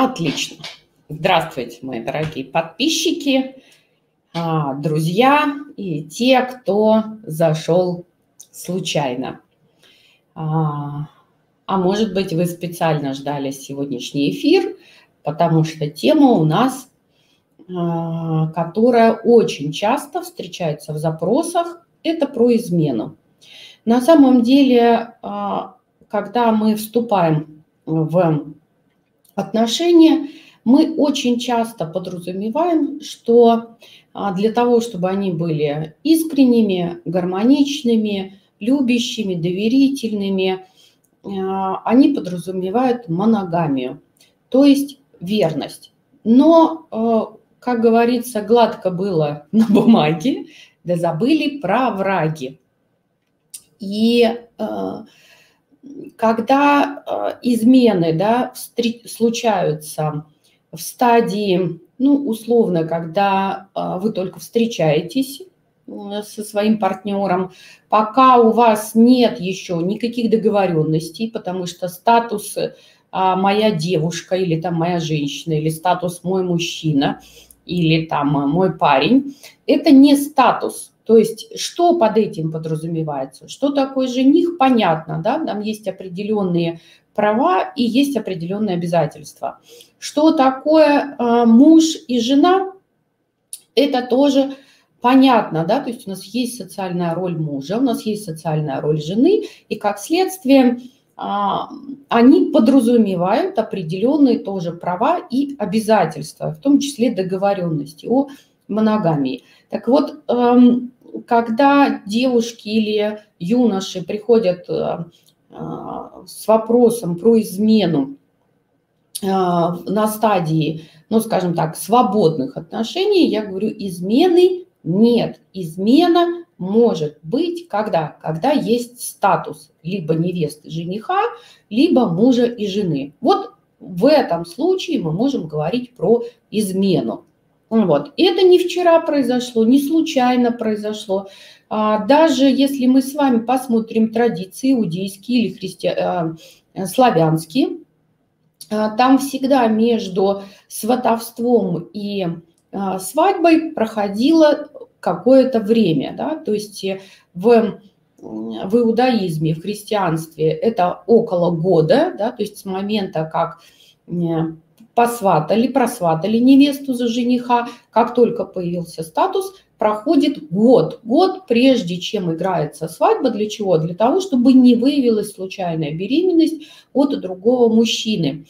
Отлично. Здравствуйте, мои дорогие подписчики, друзья и те, кто зашел случайно. А может быть, вы специально ждали сегодняшний эфир, потому что тема у нас, которая очень часто встречается в запросах, это про измену. На самом деле, когда мы вступаем в отношения, мы очень часто подразумеваем, что для того, чтобы они были искренними, гармоничными, любящими, доверительными, они подразумевают моногамию, то есть верность. Но, как говорится, гладко было на бумаге, да забыли про овраги. И когда измены, случаются в стадии, условно, когда вы только встречаетесь со своим партнером, пока у вас нет еще никаких договоренностей, потому что статус «моя девушка» или там «моя женщина», или статус «мой мужчина», или там «мой парень» – это не статус. То есть что под этим подразумевается? Что такое жених? Понятно, да? Там есть определенные права и есть определенные обязательства. Что такое муж и жена? Это тоже понятно, да? То есть у нас есть социальная роль мужа, у нас есть социальная роль жены, и как следствие они подразумевают определенные тоже права и обязательства, в том числе договоренности о моногамии. Так вот, когда девушки или юноши приходят с вопросом про измену на стадии, скажем так, свободных отношений, я говорю, измены нет. Измена может быть когда? Когда есть статус либо невесты жениха, либо мужа и жены. Вот в этом случае мы можем говорить про измену. Вот. Это не вчера произошло, не случайно произошло. Даже если мы с вами посмотрим традиции иудейские или славянские, там всегда между сватовством и свадьбой проходило какое-то время. Да? То есть в иудаизме, в христианстве это около года, да? То есть с момента, как просватали невесту за жениха, как только появился статус, проходит год, прежде чем играется свадьба. Для чего? Для того, чтобы не выявилась случайная беременность от другого мужчины.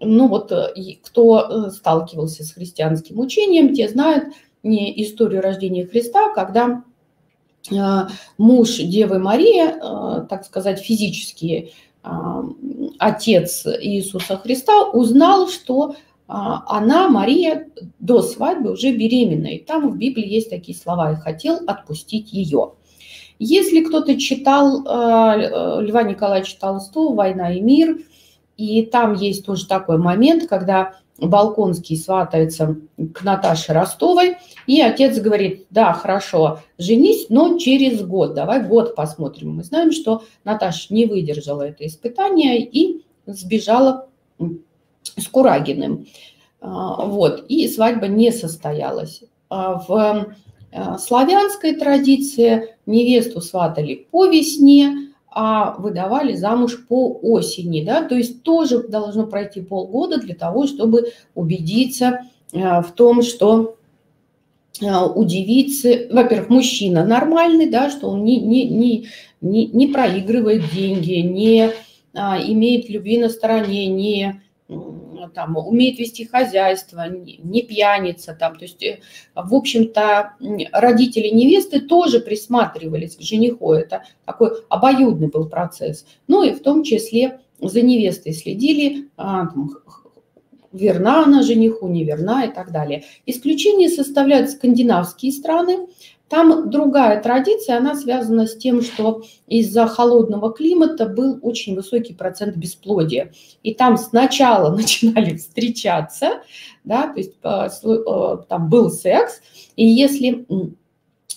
Кто сталкивался с христианским учением, те знают историю рождения Христа, когда муж Девы Марии, так сказать, физически отец Иисуса Христа, узнал, что она, Мария, до свадьбы уже беременна. И там в Библии есть такие слова: «И хотел отпустить ее». Если кто-то читал Льва Николаевича Толстого «Война и мир», и там есть тоже такой момент, когда Болконский сватается к Наташе Ростовой, и отец говорит: да, хорошо, женись, но через год, давай год посмотрим. Мы знаем, что Наташа не выдержала это испытание и сбежала с Курагиным. Вот, и свадьба не состоялась. В славянской традиции невесту сватали по весне, а выдавали замуж по осени, да, то есть тоже должно пройти полгода для того, чтобы убедиться в том, что у девицы, во-первых, мужчина нормальный, да, что он не проигрывает деньги, не имеет любви на стороне, умеет вести хозяйство, не пьяница. То есть, в общем-то, родители невесты тоже присматривались к жениху. Это такой обоюдный был процесс. Ну и в том числе за невестой следили, верна она жениху, не верна и так далее. Исключение составляют скандинавские страны. Там другая традиция, она связана с тем, что из-за холодного климата был очень высокий процент бесплодия. И там сначала начинали встречаться, да, то есть там был секс, и если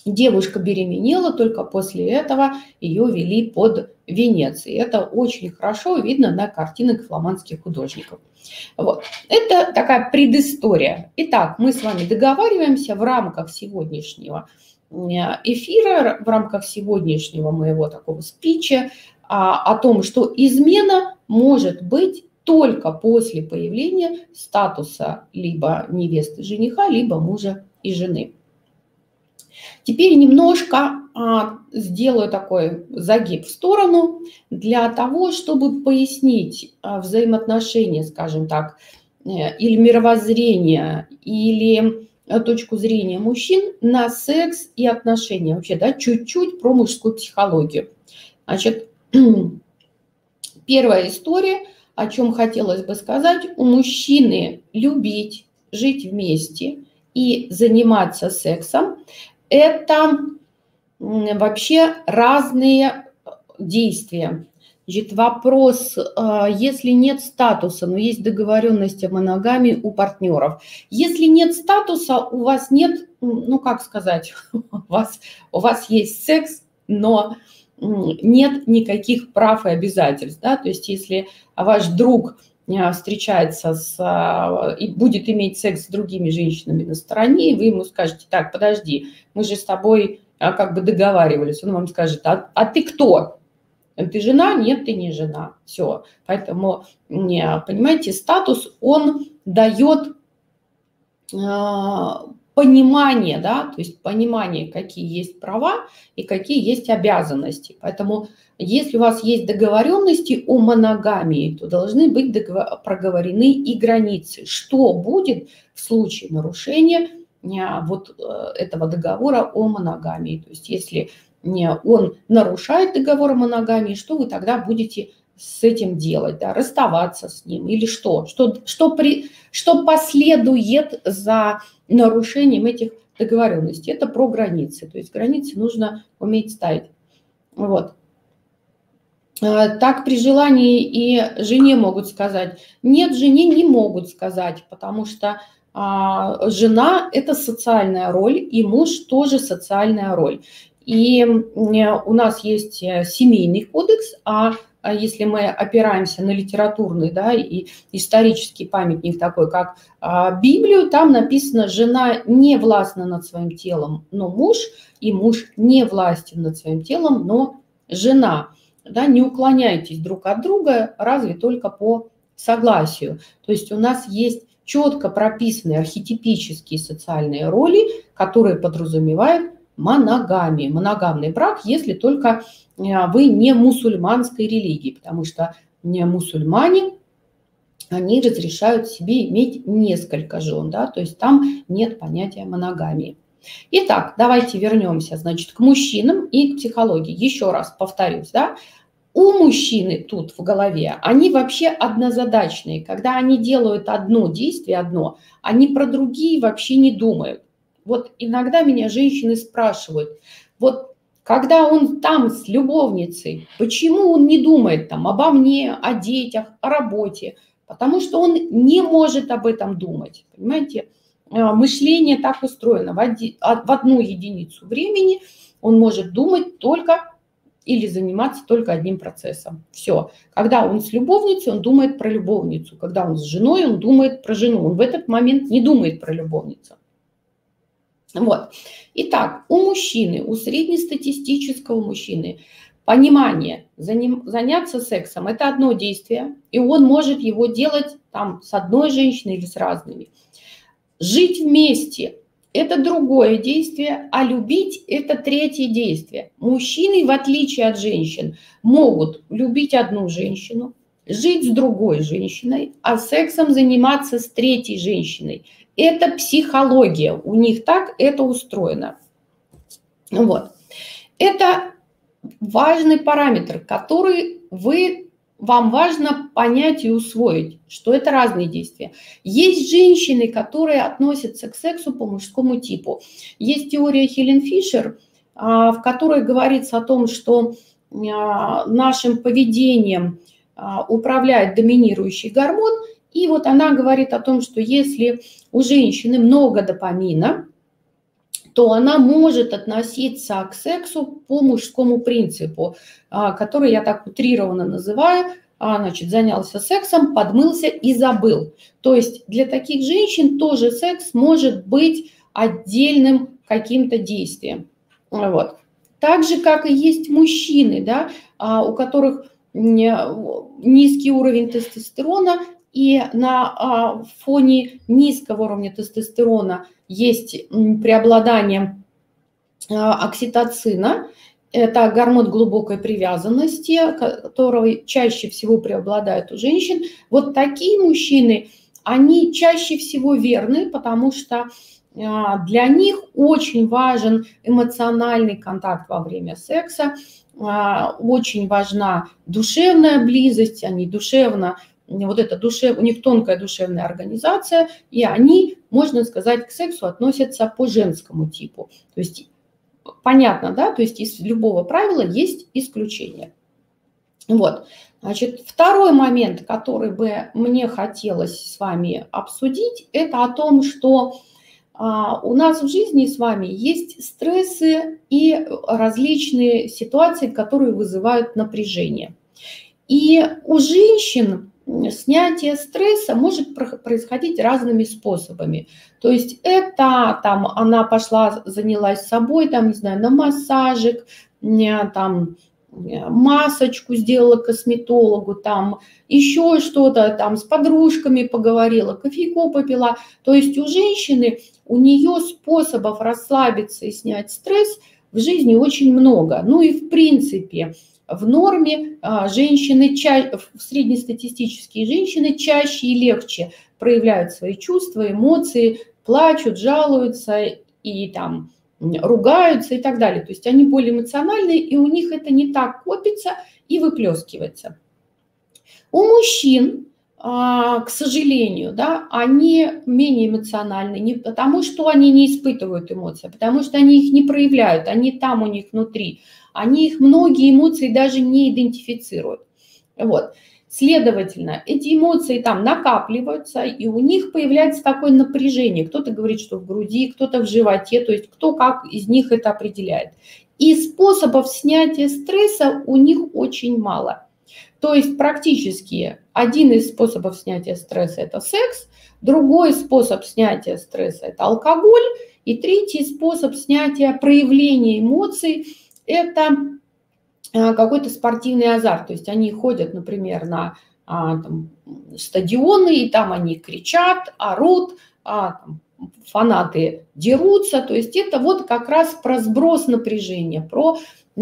девушка беременела, только после этого ее вели под венец. И это очень хорошо видно на картинах фламандских художников. Вот. Это такая предыстория. Итак, мы с вами договариваемся в рамках сегодняшнего эфира, в рамках сегодняшнего моего такого спича о том, что измена может быть только после появления статуса либо невесты жениха, либо мужа и жены. Теперь немножко сделаю такой загиб в сторону для того, чтобы пояснить взаимоотношения, скажем так, или мировоззрение, или точку зрения мужчин на секс и отношения. Вообще, да, чуть-чуть про мужскую психологию. Значит, первая история, о чем хотелось бы сказать, у мужчины любить, жить вместе и заниматься сексом – это вообще разные действия. Значит, вопрос, если нет статуса, но есть договоренность о моногамии у партнеров. Если нет статуса, у вас нет, ну как сказать, у вас есть секс, но нет никаких прав и обязательств. Да? То есть если ваш друг встречается и будет иметь секс с другими женщинами на стороне, и вы ему скажете: так, подожди, мы же с тобой как бы договаривались. Он вам скажет: а ты кто? Ты жена? Нет, ты не жена. Все. Поэтому, понимаете, статус, он дает понимание, да, то есть понимание, какие есть права и какие есть обязанности. Поэтому, если у вас есть договоренности о моногамии, то должны быть проговорены и границы. Что будет в случае нарушения вот этого договора о моногамии? То есть, если он нарушает договор о моногамии, что вы тогда будете с этим делать, да, расставаться с ним или что последует за нарушением этих договоренностей? Это про границы, то есть границы нужно уметь ставить. Вот. Так при желании и жене могут сказать. Нет, жене не могут сказать, потому что жена – это социальная роль, и муж тоже социальная роль. И у нас есть семейный кодекс, а если мы опираемся на литературный, да, и исторический памятник такой, как Библию, там написано: жена не властна над своим телом, но муж, и муж не властен над своим телом, но жена. Да, не уклоняйтесь друг от друга, разве только по согласию. То есть у нас есть четко прописанные архетипические социальные роли, которые подразумевают моногамию, моногамный брак, если только вы не мусульманской религии, потому что не мусульмане, они разрешают себе иметь несколько жен, да, то есть там нет понятия моногамии. Итак, давайте вернемся, значит, к мужчинам и к психологии. Еще раз повторюсь, да, у мужчины тут в голове, они вообще однозадачные. Когда они делают одно действие, они про другие вообще не думают. Вот иногда меня женщины спрашивают: вот когда он там с любовницей, почему он не думает там обо мне, о детях, о работе? Потому что он не может об этом думать, понимаете? Мышление так устроено: в одну единицу времени он может думать только или заниматься только одним процессом. Все. Когда он с любовницей, он думает про любовницу. Когда он с женой, он думает про жену. Он в этот момент не думает про любовницу. Вот. Итак, у мужчины, у среднестатистического мужчины понимание заняться сексом – это одно действие, и он может его делать там с одной женщиной или с разными. Жить вместе – это другое действие, а любить – это третье действие. Мужчины, в отличие от женщин, могут любить одну женщину, жить с другой женщиной, а сексом заниматься с третьей женщиной. Это психология, у них так это устроено. Вот. Это важный параметр, который вам важно понять и усвоить, что это разные действия. Есть женщины, которые относятся к сексу по мужскому типу. Есть теория Хелен Фишер, в которой говорится о том, что нашим поведением управляет доминирующий гормон. И вот она говорит о том, что если у женщины много допамина, то она может относиться к сексу по мужскому принципу, который я так утрированно называю, значит, занялся сексом, подмылся и забыл. То есть для таких женщин тоже секс может быть отдельным каким-то действием. Вот. Так же, как и есть мужчины, да, у которых низкий уровень тестостерона, и на фоне низкого уровня тестостерона есть преобладание окситоцина. Это гормон глубокой привязанности, который чаще всего преобладает у женщин. Вот такие мужчины, они чаще всего верны, потому что для них очень важен эмоциональный контакт во время секса, очень важна душевная близость, они душевно, вот это у них тонкая душевная организация, и они, можно сказать, к сексу относятся по женскому типу. То есть понятно, да, то есть из любого правила есть исключение. Вот, значит, второй момент, который бы мне хотелось с вами обсудить, это о том, что у нас в жизни с вами есть стрессы и различные ситуации, которые вызывают напряжение. И у женщин снятие стресса может происходить разными способами. То есть это там она пошла, занялась собой, там, не знаю, на массажик, там масочку сделала косметологу, там еще что-то, там с подружками поговорила, кофейку попила. То есть у женщины, у нее способов расслабиться и снять стресс в жизни очень много. Ну и в принципе в норме женщины, среднестатистические женщины чаще и легче проявляют свои чувства, эмоции, плачут, жалуются и там ругаются и так далее. То есть они более эмоциональные, и у них это не так копится и выплескивается. У мужчин, к сожалению, да, они менее эмоциональны, не потому что они не испытывают эмоции, а потому что они их не проявляют, они там у них внутри. Они их многие эмоции даже не идентифицируют. Вот. Следовательно, эти эмоции там накапливаются, и у них появляется такое напряжение. Кто-то говорит, что в груди, кто-то в животе, то есть кто как из них это определяет. И способов снятия стресса у них очень мало. То есть практически один из способов снятия стресса – это секс, другой способ снятия стресса – это алкоголь, и третий способ снятия проявления эмоций – это какой-то спортивный азарт. То есть они ходят, например, на там, стадионы, и там они кричат, орут, там, фанаты дерутся. То есть это вот как раз про сброс напряжения, про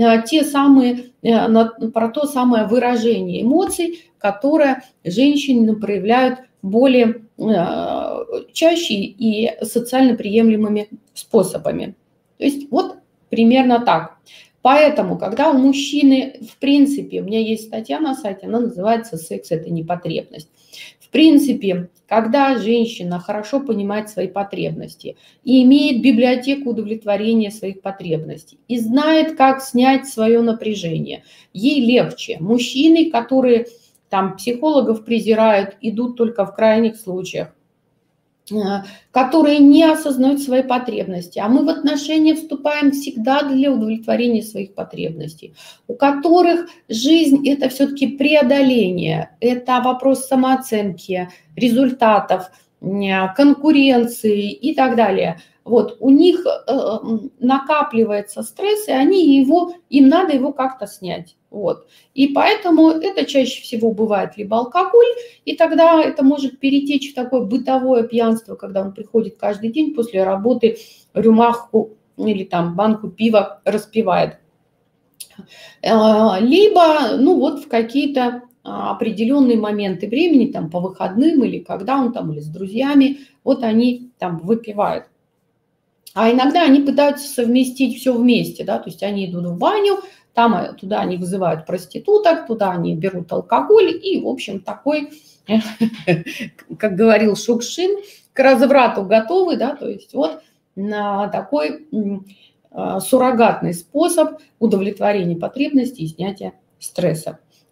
про то самое выражение эмоций, которое женщины проявляют более чаще и социально приемлемыми способами. То есть вот примерно так. Поэтому, когда у мужчины, в принципе, у меня есть статья на сайте, она называется «Секс – это не потребность». В принципе, когда женщина хорошо понимает свои потребности и имеет библиотеку удовлетворения своих потребностей и знает, как снять свое напряжение, ей легче. Мужчины, которые там психологов презирают, идут только в крайних случаях, которые не осознают свои потребности, а мы в отношения вступаем всегда для удовлетворения своих потребностей, у которых жизнь – это все-таки преодоление, это вопрос самооценки, результатов, конкуренции и так далее. Вот, у них накапливается стресс, и им надо его как-то снять. Вот. И поэтому это чаще всего бывает либо алкоголь, и тогда это может перетечь в такое бытовое пьянство, когда он приходит каждый день после работы, рюмаху или там банку пива распивает. Либо, ну вот в какие-то определенные моменты времени, там по выходным или когда он там, или с друзьями, вот они там выпивают. А иногда они пытаются совместить все вместе, да, то есть они идут в баню, там туда они вызывают проституток, туда они берут алкоголь и, в общем, такой, как говорил Шукшин, к разврату готовы, да, то есть вот такой суррогатный способ удовлетворения потребностей и снятия стресса.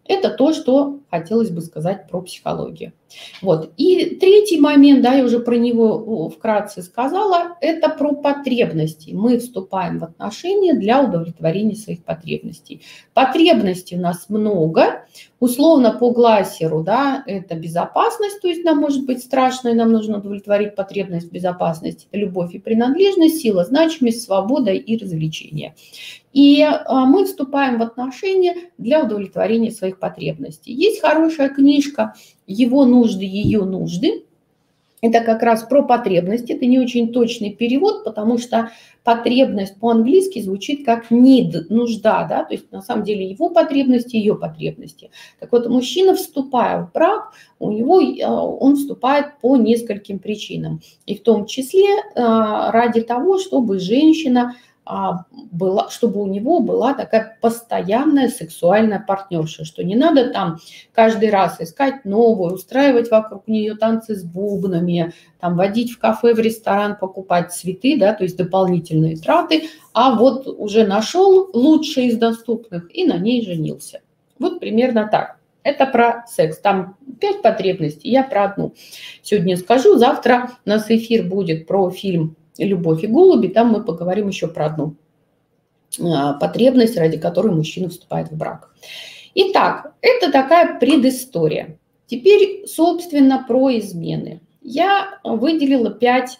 Это то, что хотелось бы сказать про психологию. Вот. И третий момент, да, я уже про него вкратце сказала, это про потребности. Мы вступаем в отношения для удовлетворения своих потребностей. Потребностей у нас много. Условно по Глассеру, да, это безопасность, то есть нам может быть страшно, и нам нужно удовлетворить потребность безопасности, любовь и принадлежность, сила, значимость, свобода и развлечение. И мы вступаем в отношения для удовлетворения своих потребностей. Есть хорошая книжка «Его нужды, ее нужды». Это как раз про потребности. Это не очень точный перевод, потому что потребность по-английски звучит как need, нужда, да, то есть на самом деле его потребности, ее потребности. Так вот, мужчина, вступая в брак, он вступает по нескольким причинам. И в том числе ради того, чтобы женщина чтобы у него была такая постоянная сексуальная партнерша, что не надо там каждый раз искать новую, устраивать вокруг нее танцы с бубнами, там водить в кафе, в ресторан, покупать цветы, да, то есть дополнительные траты, а вот уже нашел лучшие из доступных и на ней женился. Вот примерно так. Это про секс. Там 5 потребностей, я про одну сегодня скажу. Завтра у нас эфир будет про фильм «Любовь и голуби», там мы поговорим еще про одну потребность, ради которой мужчина вступает в брак. Итак, это такая предыстория. Теперь, собственно, про измены. Я выделила 5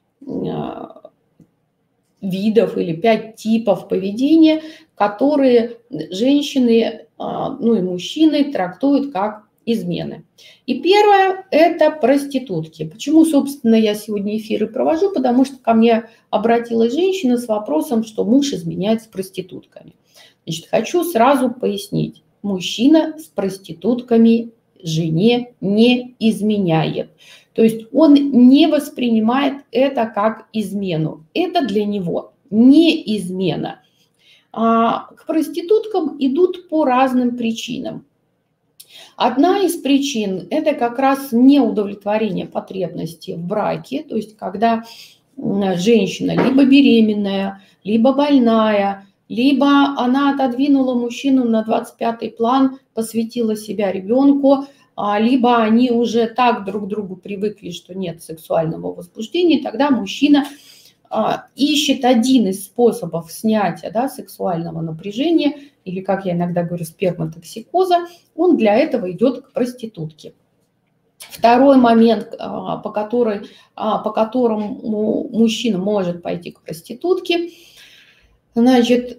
видов или 5 типов поведения, которые женщины, ну и мужчины трактуют как измены. И первое – это проститутки. Почему, собственно, я сегодня эфиры провожу? Потому что ко мне обратилась женщина с вопросом, что муж изменяет с проститутками. Значит, хочу сразу пояснить. Мужчина с проститутками жене не изменяет. То есть он не воспринимает это как измену. Это для него не измена. К проституткам идут по разным причинам. Одна из причин – это как раз неудовлетворение потребностей в браке, то есть когда женщина либо беременная, либо больная, либо она отодвинула мужчину на 25-й план, посвятила себя ребенку, либо они уже так друг к другу привыкли, что нет сексуального возбуждения, тогда мужчина ищет один из способов снятия, да, сексуального напряжения, или, как я иногда говорю, сперматоксикоза, он для этого идет к проститутке. Второй момент, по которому мужчина может пойти к проститутке, значит,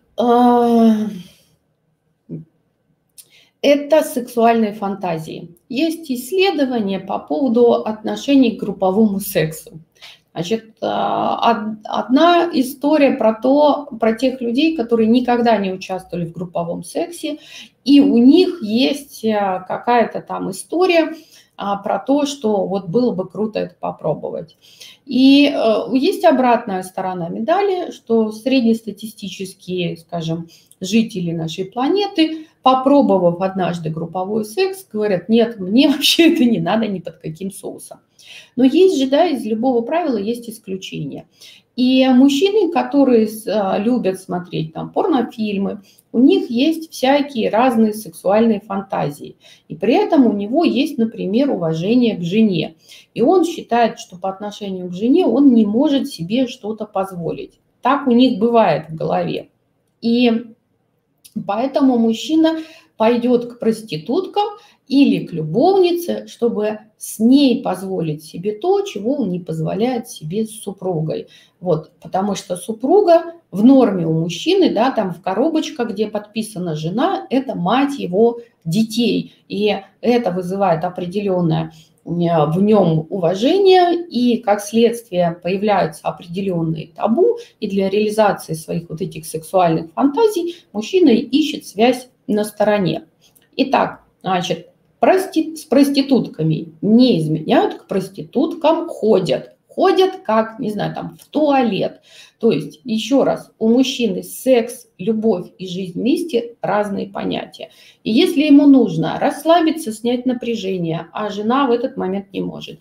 это сексуальные фантазии. Есть исследования по поводу отношений к групповому сексу. Значит, одна история про тех людей, которые никогда не участвовали в групповом сексе, и у них есть какая-то там история про то, что вот было бы круто это попробовать. И есть обратная сторона медали, что среднестатистические, скажем, жители нашей планеты, попробовав однажды групповой секс, говорят: нет, мне вообще это не надо ни под каким соусом. Но есть же, да, из любого правила есть исключения. И мужчины, которые любят смотреть там порнофильмы, у них есть всякие разные сексуальные фантазии. И при этом у него есть, например, уважение к жене. И он считает, что по отношению к жене он не может себе что-то позволить. Так у них бывает в голове. И поэтому мужчина пойдет к проституткам или к любовнице, чтобы с ней позволить себе то, чего он не позволяет себе с супругой. Вот, потому что супруга в норме у мужчины, да, там в коробочках, где подписана жена, это мать его детей. И это вызывает определенное в нем уважение, и как следствие появляются определенные табу, и для реализации своих вот этих сексуальных фантазий мужчина ищет связь на стороне. Итак, значит, с проститутками не изменяют, к проституткам ходят. Ходят как, не знаю, там в туалет. То есть, еще раз, у мужчины секс, любовь и жизнь вместе разные понятия. И если ему нужно расслабиться, снять напряжение, а жена в этот момент не может,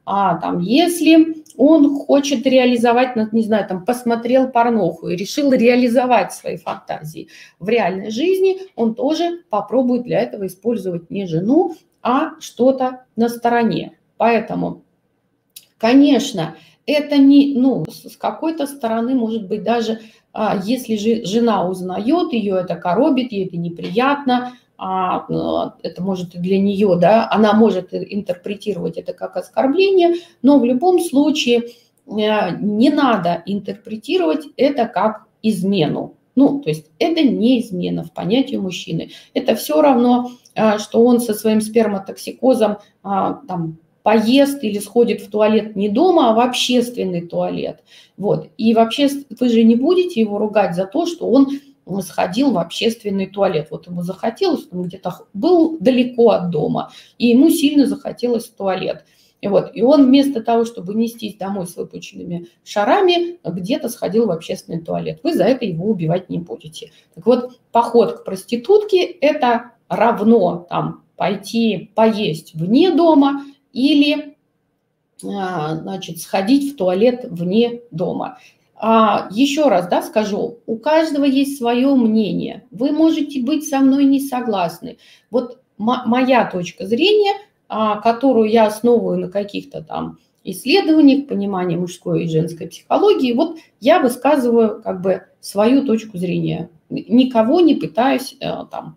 там, если он хочет реализовать, не знаю, там, посмотрел порнуху и решил реализовать свои фантазии в реальной жизни, он тоже попробует для этого использовать не жену, а что-то на стороне. Поэтому, конечно, это не, ну, с какой-то стороны, может быть, даже если же жена узнает, ее это коробит, ей это неприятно, это может и для нее, да, она может интерпретировать это как оскорбление, но в любом случае не надо интерпретировать это как измену. Ну, то есть это не измена в понятии мужчины. Это все равно, что он со своим сперматоксикозом там поест или сходит в туалет не дома, а в общественный туалет. Вот. И вообще вы же не будете его ругать за то, что он сходил в общественный туалет. Вот ему захотелось, он где-то был далеко от дома, и ему сильно захотелось в туалет. И он вместо того, чтобы нестись домой с выпущенными шарами, где-то сходил в общественный туалет. Вы за это его убивать не будете. Так вот, поход к проститутке – это равно там, пойти поесть вне дома или, значит, сходить в туалет вне дома. Еще раз, да, скажу, у каждого есть свое мнение. Вы можете быть со мной не согласны. Вот моя точка зрения, которую я основываю на каких-то там исследованиях, понимании мужской и женской психологии, вот я высказываю как бы свою точку зрения. Никого не пытаюсь там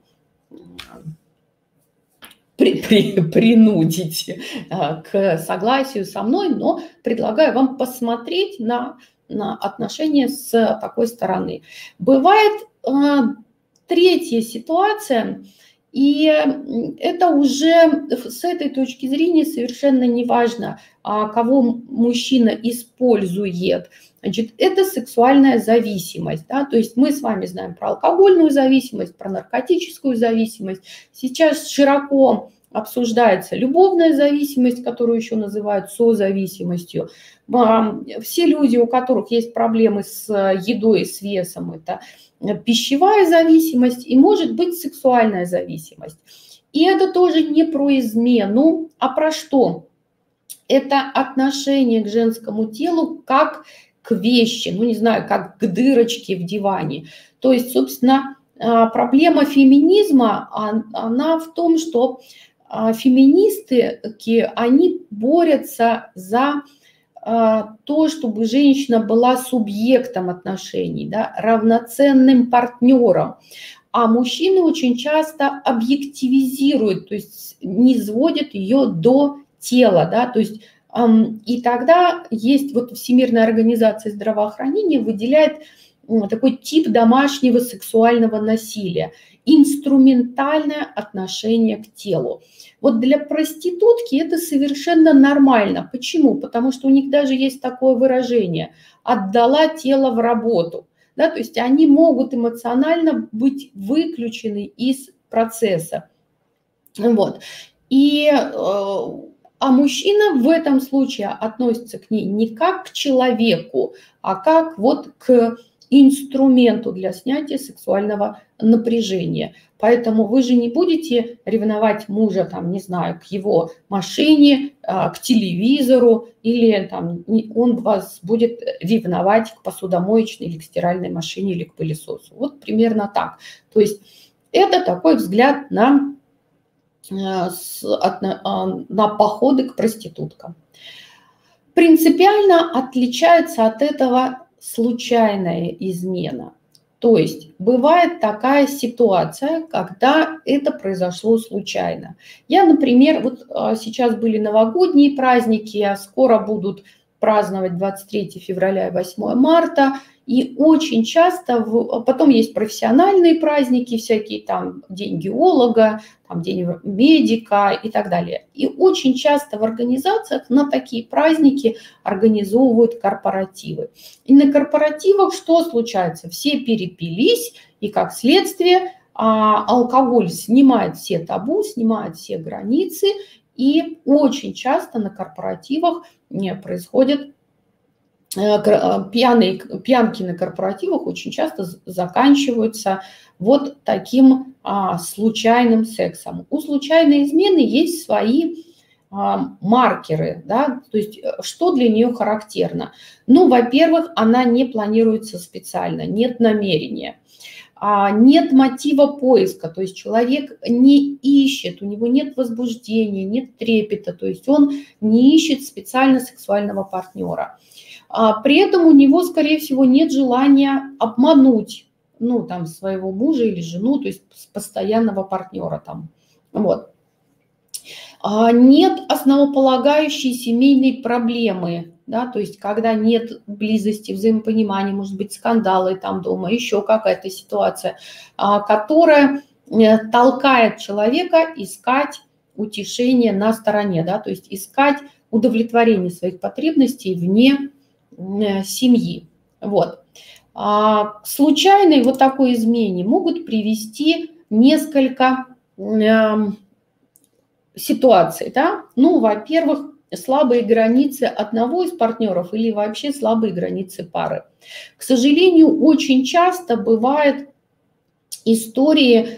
принудить к согласию со мной, но предлагаю вам посмотреть на отношения с такой стороны. Бывает третья ситуация, и это уже с этой точки зрения совершенно не важно, кого мужчина использует. Значит, это сексуальная зависимость. Да? То есть мы с вами знаем про алкогольную зависимость, про наркотическую зависимость. Сейчас широко обсуждается любовная зависимость, которую еще называют созависимостью. Все люди, у которых есть проблемы с едой, с весом, это пищевая зависимость и может быть сексуальная зависимость. И это тоже не про измену, а про что? Это отношение к женскому телу как к вещи, ну не знаю, как к дырочке в диване. То есть, собственно, проблема феминизма, она в том, что феминистки, они борются за то, чтобы женщина была субъектом отношений, да, равноценным партнером. А мужчины очень часто объективизируют, то есть низводят ее до тела, да, то есть и тогда есть вот Всемирная организация здравоохранения выделяет такой тип домашнего сексуального насилия, инструментальное отношение к телу. Вот для проститутки это совершенно нормально. Почему? Потому что у них даже есть такое выражение «отдала тело в работу». Да, то есть они могут эмоционально быть выключены из процесса. Вот. А мужчина в этом случае относится к ней не как к человеку, а как вот к инструменту для снятия сексуального напряжения. Поэтому вы же не будете ревновать мужа, там, не знаю, к его машине, к телевизору, или там, он вас будет ревновать к посудомоечной или к стиральной машине или к пылесосу. Вот примерно так. То есть это такой взгляд на походы к проституткам. Принципиально отличается от этого случайная измена. То есть бывает такая ситуация, когда это произошло случайно. Я, например, вот сейчас были новогодние праздники, а скоро будут праздновать 23 февраля и 8 марта. И очень часто, потом есть профессиональные праздники, всякие там день геолога, там день медика и так далее. И очень часто в организациях на такие праздники организовывают корпоративы. И на корпоративах что случается? Все перепились, и как следствие алкоголь снимает все табу, снимает все границы, и очень часто на корпоративах происходят пьянки на корпоративах очень часто заканчиваются вот таким случайным сексом. У случайной измены есть свои маркеры, да, то есть что для нее характерно. Ну, во-первых, она не планируется специально, нет намерения. Нет мотива поиска, то есть человек не ищет, у него нет возбуждения, нет трепета, то есть он не ищет специально сексуального партнера. При этом у него, скорее всего, нет желания обмануть, ну, там, своего мужа или жену, то есть постоянного партнера там. Вот. Нет основополагающей семейной проблемы, да, то есть когда нет близости, взаимопонимания, может быть, скандалы там дома, еще какая-то ситуация, которая толкает человека искать утешение на стороне, да, то есть искать удовлетворение своих потребностей вне семьи. Вот. К случайной вот такой измене могут привести несколько ситуаций, да. Ну, во-первых, слабые границы одного из партнеров или вообще слабые границы пары. К сожалению, очень часто бывают истории,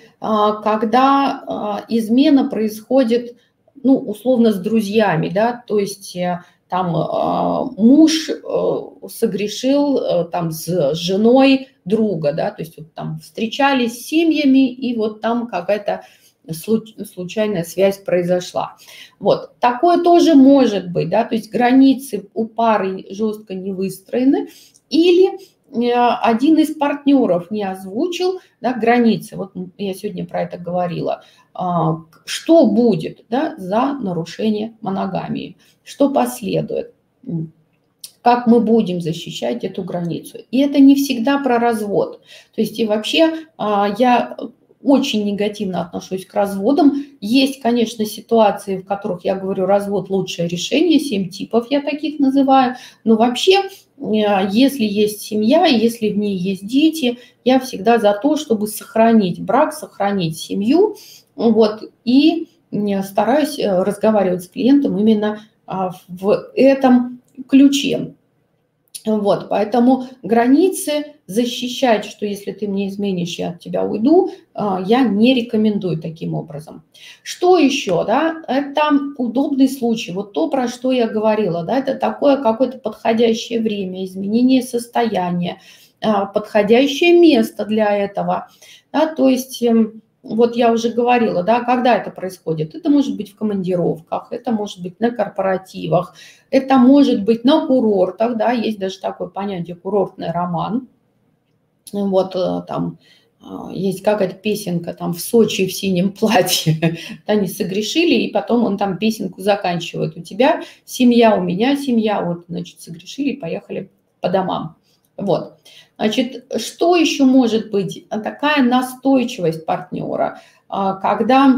когда измена происходит, ну, условно, с друзьями, да, то есть там муж согрешил там с женой друга, да, то есть вот там встречались с семьями, и вот там какая-то случайная связь произошла. Вот, такое тоже может быть, да, то есть границы у пары жестко не выстроены, или один из партнеров не озвучил, да, границы. Вот я сегодня про это говорила. Что будет, да, за нарушение моногамии? Что последует? Как мы будем защищать эту границу? И это не всегда про развод. То есть и вообще я очень негативно отношусь к разводам. Есть, конечно, ситуации, в которых я говорю, развод – лучшее решение, 7 типов я таких называю. Но вообще, если есть семья, если в ней есть дети, я всегда за то, чтобы сохранить брак, сохранить семью. Вот, и стараюсь разговаривать с клиентом именно в этом ключе. Вот, поэтому границы защищать, что если ты мне изменишь, я от тебя уйду, я не рекомендую таким образом. Что еще, да, это удобный случай, вот то, про что я говорила, да, это такое какое-то подходящее время, изменение состояния, подходящее место для этого, да, то есть вот я уже говорила, да, когда это происходит. Это может быть в командировках, это может быть на корпоративах, это может быть на курортах, да, есть даже такое понятие курортный роман. Вот там есть какая-то песенка там в Сочи в синем платье, они согрешили, и потом он там песенку заканчивает. У тебя семья, у меня семья, вот, значит, согрешили и поехали по домам. Вот. Значит, что еще может быть? Такая настойчивость партнера, когда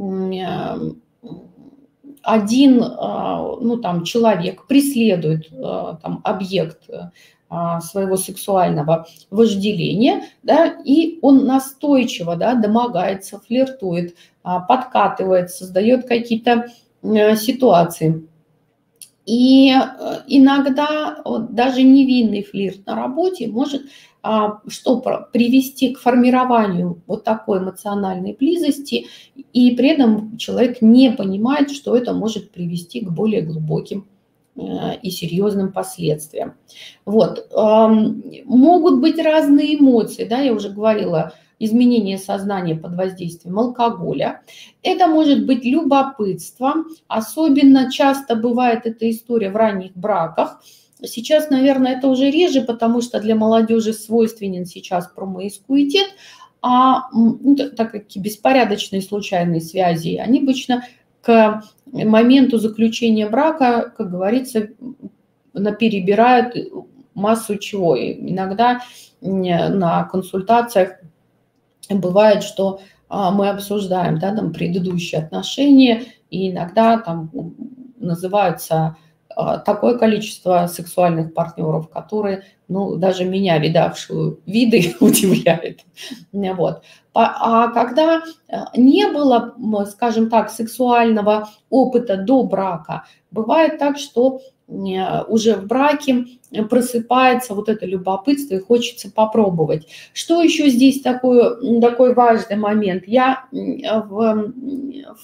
один, ну, там, человек преследует там, объект своего сексуального вожделения, да, и он настойчиво, да, домогается, флиртует, подкатывает, создает какие-то ситуации. И иногда даже невинный флирт на работе может привести к формированию вот такой эмоциональной близости, и при этом человек не понимает, что это может привести к более глубоким и серьезным последствиям. Вот. Могут быть разные эмоции, да, я уже говорила, изменение сознания под воздействием алкоголя. Это может быть любопытство, особенно часто бывает эта история в ранних браках. Сейчас, наверное, это уже реже, потому что для молодежи свойственен сейчас промискуитет, так как беспорядочные случайные связи, они обычно к моменту заключения брака, как говорится, наперебирают массу чего. Иногда на консультациях бывает, что мы обсуждаем, да, там, предыдущие отношения, и иногда там называются такое количество сексуальных партнеров, которые, ну, даже меня, видавшую виды, удивляет. Вот. А когда не было, скажем так, сексуального опыта до брака, бывает так, что уже в браке просыпается вот это любопытство и хочется попробовать. Что еще здесь такой важный момент? Я в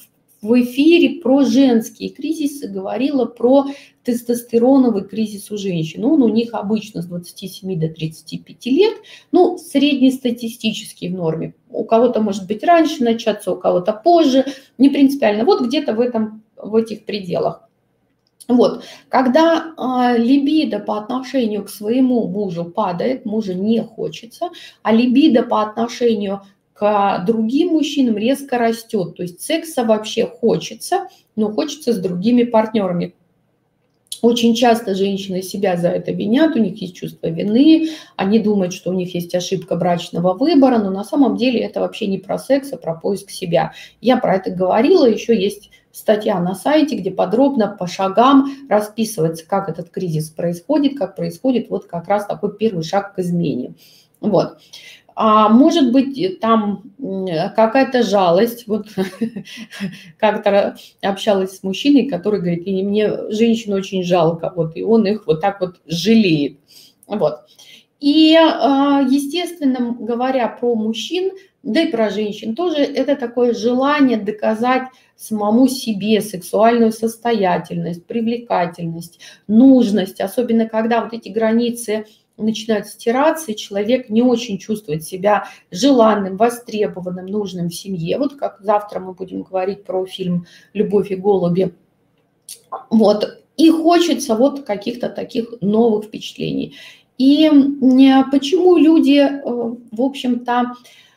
в эфире про женские кризисы говорила про тестостероновый кризис у женщин. Он у них обычно с 27 до 35 лет, ну, среднестатистический в норме. У кого-то может быть раньше начаться, у кого-то позже, не принципиально. Вот где-то в этих пределах. Вот, когда либидо по отношению к своему мужу падает, мужа не хочется, а либидо по отношению к другим мужчинам резко растет. То есть секса вообще хочется, но хочется с другими партнерами. Очень часто женщины себя за это винят, у них есть чувство вины, они думают, что у них есть ошибка брачного выбора, но на самом деле это вообще не про секс, а про поиск себя. Я про это говорила, еще есть статья на сайте, где подробно по шагам расписывается, как этот кризис происходит, как происходит вот как раз такой первый шаг к измене. Вот. А может быть, там какая-то жалость. Вот как-то общалась с мужчиной, который говорит, и мне женщин очень жалко, вот, и он их вот так вот жалеет. Вот. И, естественно, говоря про мужчин, да и про женщин тоже, это такое желание доказать самому себе сексуальную состоятельность, привлекательность, нужность, особенно когда вот эти границы начинают стираться, и человек не очень чувствует себя желанным, востребованным, нужным в семье. Вот как завтра мы будем говорить про фильм «Любовь и голуби». Вот. И хочется вот каких-то таких новых впечатлений. И почему люди, в общем-то,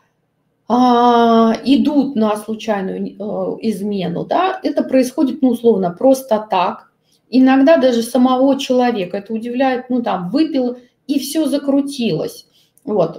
идут на случайную измену, да, это происходит, ну, условно, просто так. Иногда даже самого человека это удивляет, ну, там, выпил, и все закрутилось. Вот.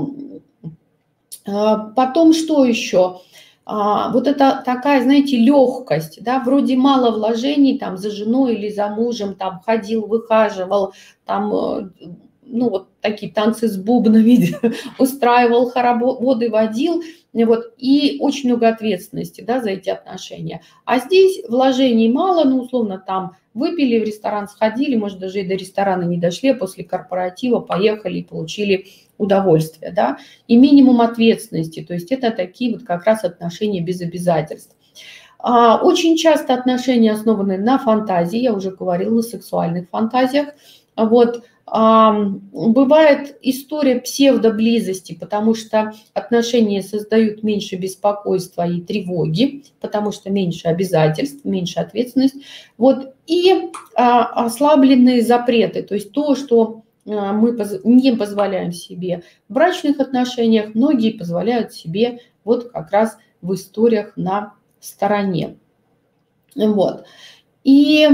Потом что еще? Вот это такая, знаете, легкость, да, вроде мало вложений, там, за женой или за мужем, там, ходил, выхаживал, там, ну, вот такие танцы с бубнами устраивал, хороводы водил, вот, и очень много ответственности, да, за эти отношения. А здесь вложений мало, ну, условно, там, выпили, в ресторан сходили, может, даже и до ресторана не дошли, а после корпоратива поехали и получили удовольствие, да, и минимум ответственности, то есть это такие вот как раз отношения без обязательств. Очень часто отношения основаны на фантазии, я уже говорила, на сексуальных фантазиях, вот. Бывает история псевдоблизости, потому что отношения создают меньше беспокойства и тревоги, потому что меньше обязательств, меньше ответственность. Вот. И ослабленные запреты, то есть то, что мы не позволяем себе в брачных отношениях, многие позволяют себе вот как раз в историях на стороне. Вот. И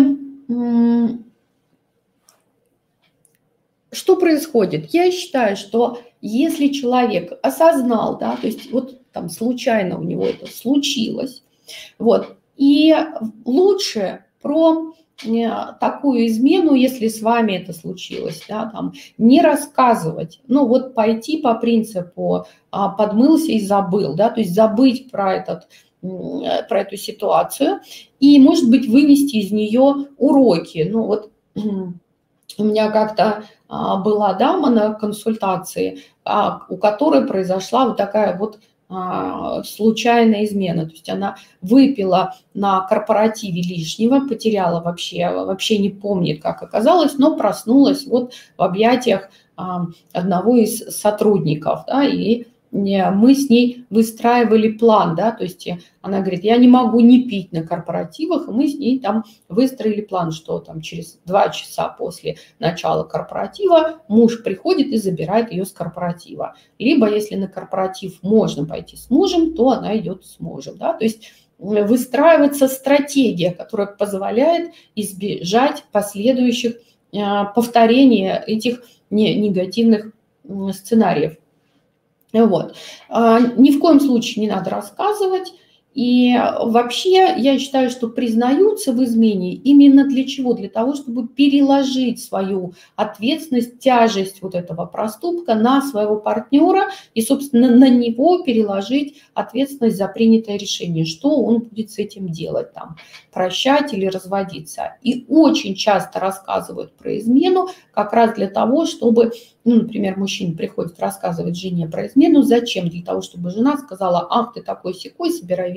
что происходит? Я считаю, что если человек осознал, да, то есть вот там случайно у него это случилось, вот, и лучше про такую измену, если с вами это случилось, да, там, не рассказывать, ну вот пойти по принципу подмылся и забыл, да, то есть забыть про эту ситуацию и, может быть, вынести из нее уроки. Ну вот у меня как-то была дама на консультации, у которой произошла вот такая вот случайная измена. То есть она выпила на корпоративе лишнего, потеряла вообще не помнит, как оказалось, но проснулась вот в объятиях одного из сотрудников, да, и мы с ней выстраивали план, да, то есть она говорит, я не могу не пить на корпоративах, и мы с ней там выстроили план, что там через 2 часа после начала корпоратива муж приходит и забирает ее с корпоратива. Либо если на корпоратив можно пойти с мужем, то она идет с мужем, да, то есть выстраивается стратегия, которая позволяет избежать последующих повторения этих негативных сценариев. Вот. Ни в коем случае не надо рассказывать. И вообще я считаю, что признаются в измене именно для чего? Для того, чтобы переложить свою ответственность, тяжесть вот этого проступка на своего партнера и, собственно, на него переложить ответственность за принятое решение, что он будет с этим делать, там, прощать или разводиться. И очень часто рассказывают про измену как раз для того, чтобы, ну, например, мужчина приходит рассказывать жене про измену. Зачем? Для того, чтобы жена сказала, ах, ты такой-сякой, собирай вещи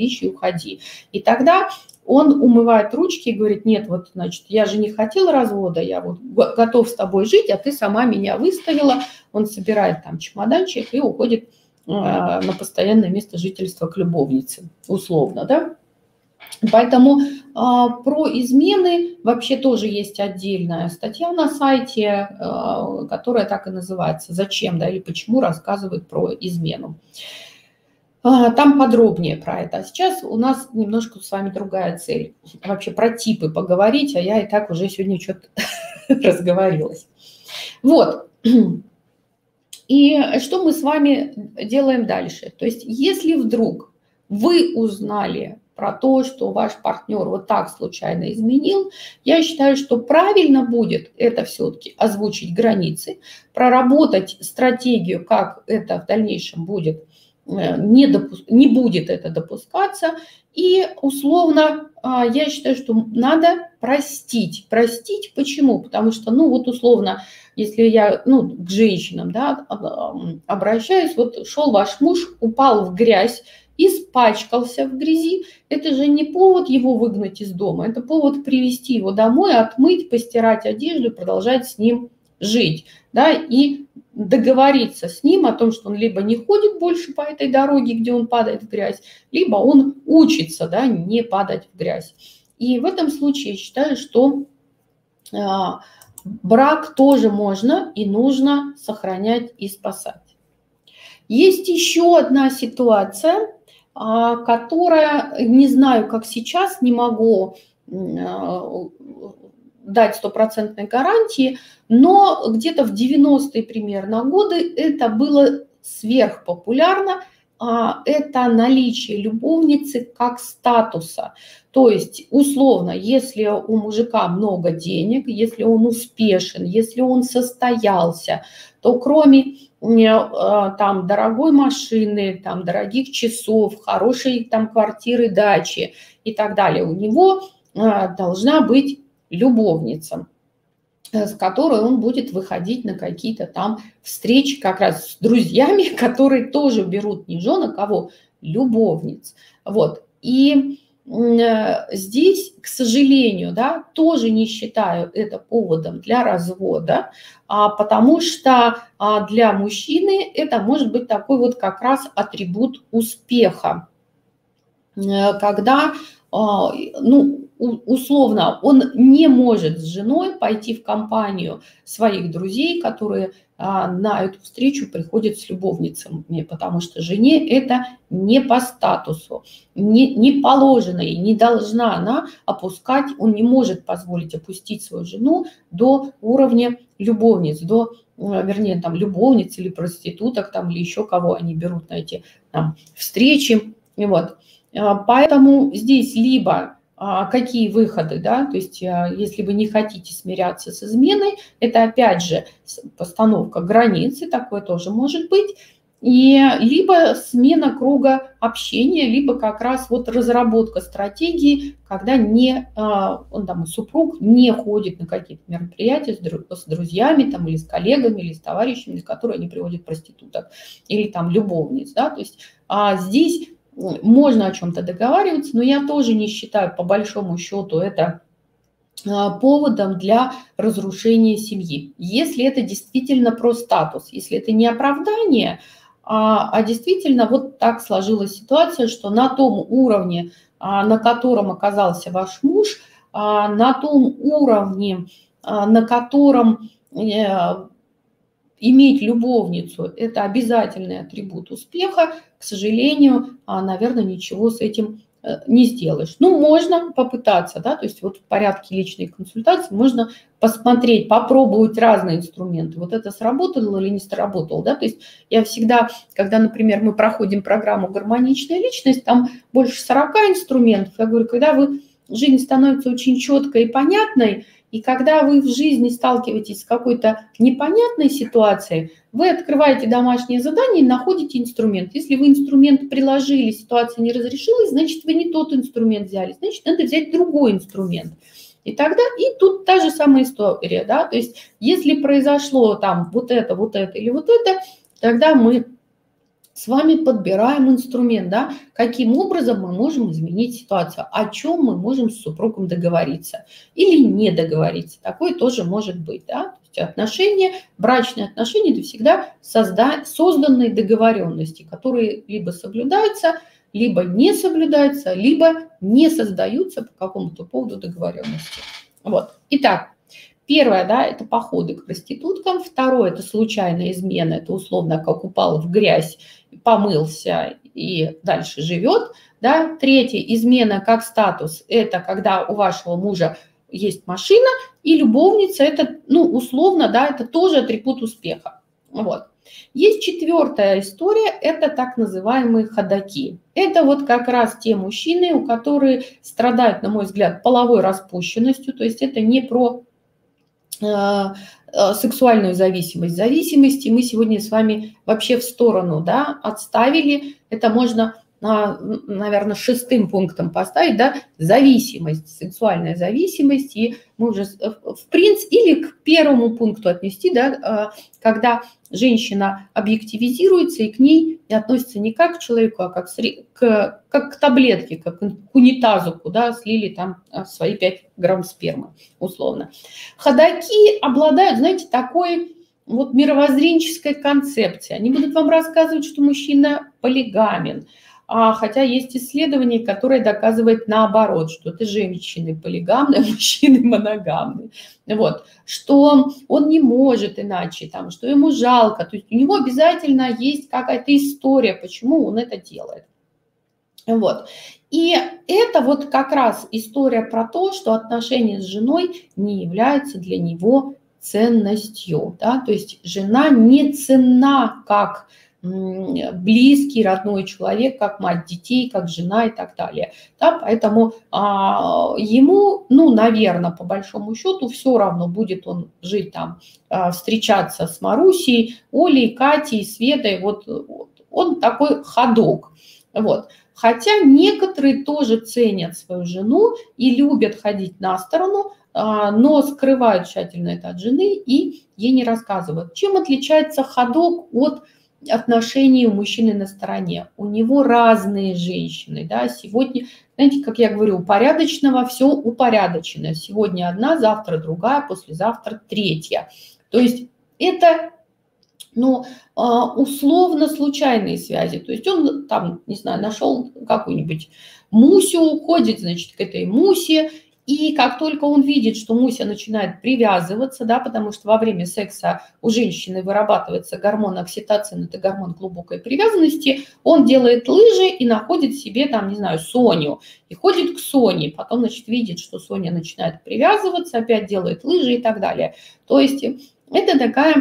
вещи и уходи. И тогда он умывает ручки и говорит: нет, вот, значит, я же не хотел развода, я вот готов с тобой жить, а ты сама меня выставила. Он собирает там чемоданчик и уходит на постоянное место жительства к любовнице, условно, да. Поэтому про измены вообще тоже есть отдельная статья на сайте, которая так и называется «Зачем, да, или почему рассказывают про измену». Там подробнее про это. А сейчас у нас немножко с вами другая цель. Вообще про типы поговорить, а я и так уже сегодня что-то разговорилась. Вот. И что мы с вами делаем дальше? То есть если вдруг вы узнали про то, что ваш партнер вот так случайно изменил, я считаю, что правильно будет это все-таки озвучить границы, проработать стратегию, как это в дальнейшем будет, не будет это допускаться. И условно я считаю, что надо простить. Простить почему? Потому что, ну вот условно, если я к женщинам, да, обращаюсь, вот шел ваш муж, упал в грязь, испачкался в грязи, это же не повод его выгнать из дома, это повод привести его домой, отмыть, постирать одежду и продолжать с ним жить, да, и договориться с ним о том, что он либо не ходит больше по этой дороге, где он падает в грязь, либо он учится, да, не падать в грязь. И в этом случае я считаю, что брак тоже можно и нужно сохранять и спасать. Есть еще одна ситуация, которая, не знаю, как сейчас, не могу дать стопроцентной гарантии, но где-то в 90-е примерно годы это было сверхпопулярно. Это наличие любовницы как статуса. То есть, условно, если у мужика много денег, если он успешен, если он состоялся, то кроме там дорогой машины, там дорогих часов, хорошей там квартиры, дачи и так далее, у него должна быть любовница, с которой он будет выходить на какие-то там встречи как раз с друзьями, которые тоже берут не жен, а кого? Любовниц. Вот. И здесь, к сожалению, да, тоже не считаю это поводом для развода, потому что для мужчины это может быть такой вот как раз атрибут успеха, когда, условно, он не может с женой пойти в компанию своих друзей, которые на эту встречу приходят с любовницами, потому что жене это не по статусу, не положено и не должна она опускать, он не может позволить опустить свою жену до уровня любовниц, вернее, там, любовниц или проституток, там, или еще кого они берут на эти там встречи, и вот. Поэтому здесь либо какие выходы, да, то есть если вы не хотите смиряться с изменой, это опять же постановка границы, такое тоже может быть, и либо смена круга общения, либо как раз вот разработка стратегии, когда он там, супруг не ходит на какие-то мероприятия с друзьями там, или с коллегами, или с товарищами, с которыми они приводят проституток, или там любовниц, да, то есть здесь можно о чем-то договариваться, но я тоже не считаю, по большому счету, это поводом для разрушения семьи. Если это действительно про статус, если это не оправдание, а действительно вот так сложилась ситуация, что на том уровне, на котором оказался ваш муж, на том уровне, на котором иметь любовницу – это обязательный атрибут успеха, к сожалению, наверное, ничего с этим не сделаешь. Ну, можно попытаться, да, то есть вот в порядке личной консультации можно посмотреть, попробовать разные инструменты. Вот это сработало или не сработало, да, то есть я всегда, когда, например, мы проходим программу «Гармоничная личность», там больше 40 инструментов, я говорю, когда жизнь становится очень четкой и понятной, и когда вы в жизни сталкиваетесь с какой-то непонятной ситуацией, вы открываете домашнее задание и находите инструмент. Если вы инструмент приложили, ситуация не разрешилась, значит, вы не тот инструмент взяли, значит, надо взять другой инструмент. И тогда, и тут та же самая история, да, то есть если произошло там вот это или вот это, тогда мы с вами подбираем инструмент, да, каким образом мы можем изменить ситуацию, о чем мы можем с супругом договориться или не договориться. Такое тоже может быть, да. То есть отношения, брачные отношения – это всегда созданные договоренности, которые либо соблюдаются, либо не соблюдаются, либо не создаются по какому-то поводу договоренности. Вот. Итак, первое, да, это походы к проституткам. Второе, это случайная измена, это условно как упал в грязь, помылся и дальше живет. Да. Третье, измена как статус, это когда у вашего мужа есть машина, и любовница, это, ну, условно, да, это тоже атрибут успеха. Вот. Есть четвертая история, это так называемые ходаки. Это вот как раз те мужчины, у которых страдают, на мой взгляд, половой распущенностью, то есть это не про сексуальную зависимость. Зависимости мы сегодня с вами вообще в сторону, да, отставили. Это можно, наверное, 6-м пунктом поставить, да, зависимость, сексуальная зависимость. И мы уже, в принципе, или к 1-му пункту отнести, да, когда женщина объективизируется и к ней относится не как к человеку, а как к таблетке, как к унитазу, куда слили там свои 5 грамм спермы, условно. Ходаки обладают, знаете, такой вот мировоззренческой концепцией. Они будут вам рассказывать, что мужчина полигамен, хотя есть исследования, которые доказывают наоборот, что это женщины полигамные, а мужчины моногамные. Вот. Что он не может иначе, там, что ему жалко. То есть у него обязательно есть какая-то история, почему он это делает. Вот. И это вот как раз история про то, что отношения с женой не являются для него ценностью. Да? То есть жена не ценна как близкий, родной человек, как мать детей, как жена и так далее. Да, поэтому ему, ну, наверное, по большому счету, все равно будет он жить там, встречаться с Марусей, Олей, Катей, Светой. Вот он такой ходок. Вот. Хотя некоторые тоже ценят свою жену и любят ходить на сторону, но скрывают тщательно это от жены и ей не рассказывают. Чем отличается ходок от отношений у мужчины на стороне? У него разные женщины. Да? Сегодня, знаете, как я говорю, у порядочного все упорядочено. Сегодня одна, завтра другая, послезавтра третья. То есть это, ну, условно случайные связи. То есть он там, не знаю, нашел какую-нибудь Мусю, ходит, значит, к этой Мусе, и как только он видит, что Муся начинает привязываться, да, потому что во время секса у женщины вырабатывается гормон окситоцин, это гормон глубокой привязанности, он делает лыжи и находит себе там, не знаю, Соню, и ходит к Соне, потом, значит, видит, что Соня начинает привязываться, опять делает лыжи и так далее. То есть это такая,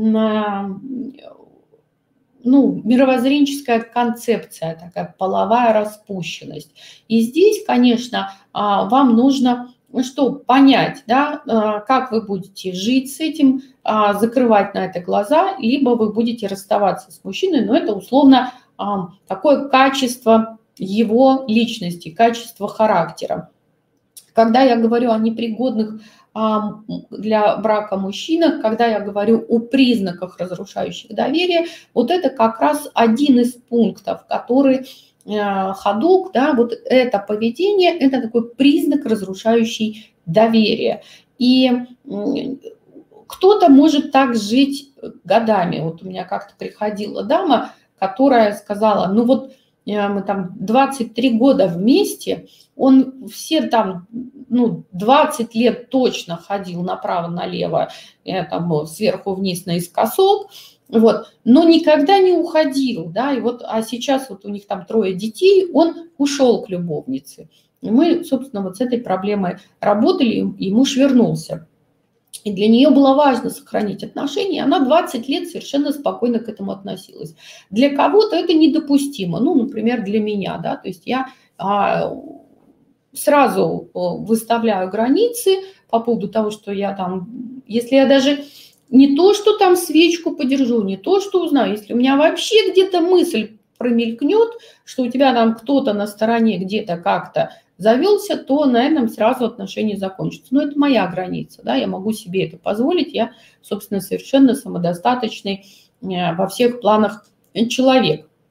ну, мировоззренческая концепция, такая половая распущенность. И здесь, конечно, вам нужно что, понять, да, как вы будете жить с этим, закрывать на это глаза, либо вы будете расставаться с мужчиной, но это условно такое качество его личности, качество характера. Когда я говорю о непригодных для брака мужчинах, когда я говорю о признаках, разрушающих доверие, вот это как раз один из пунктов, который ходок, да, вот это поведение, это такой признак, разрушающий доверие. И кто-то может так жить годами. Вот у меня как-то приходила дама, которая сказала, ну вот мы там 23 года вместе, он все там, ну, 20 лет точно ходил направо-налево, там сверху вниз наискосок, вот, но никогда не уходил, да, и вот, а сейчас вот у них там 3 детей, он ушел к любовнице. И мы, собственно, вот с этой проблемой работали, и муж вернулся. И для нее было важно сохранить отношения, она 20 лет совершенно спокойно к этому относилась. Для кого-то это недопустимо, ну, например, для меня, да, то есть я сразу выставляю границы по поводу того, что я там, если я даже не то, что там свечку подержу, не то, что узнаю, если у меня вообще где-то мысль промелькнет, что у тебя там кто-то на стороне где-то как-то завелся, то на этом сразу отношения закончатся. Но это моя граница, да, я могу себе это позволить, я, собственно, совершенно самодостаточный во всех планах человек.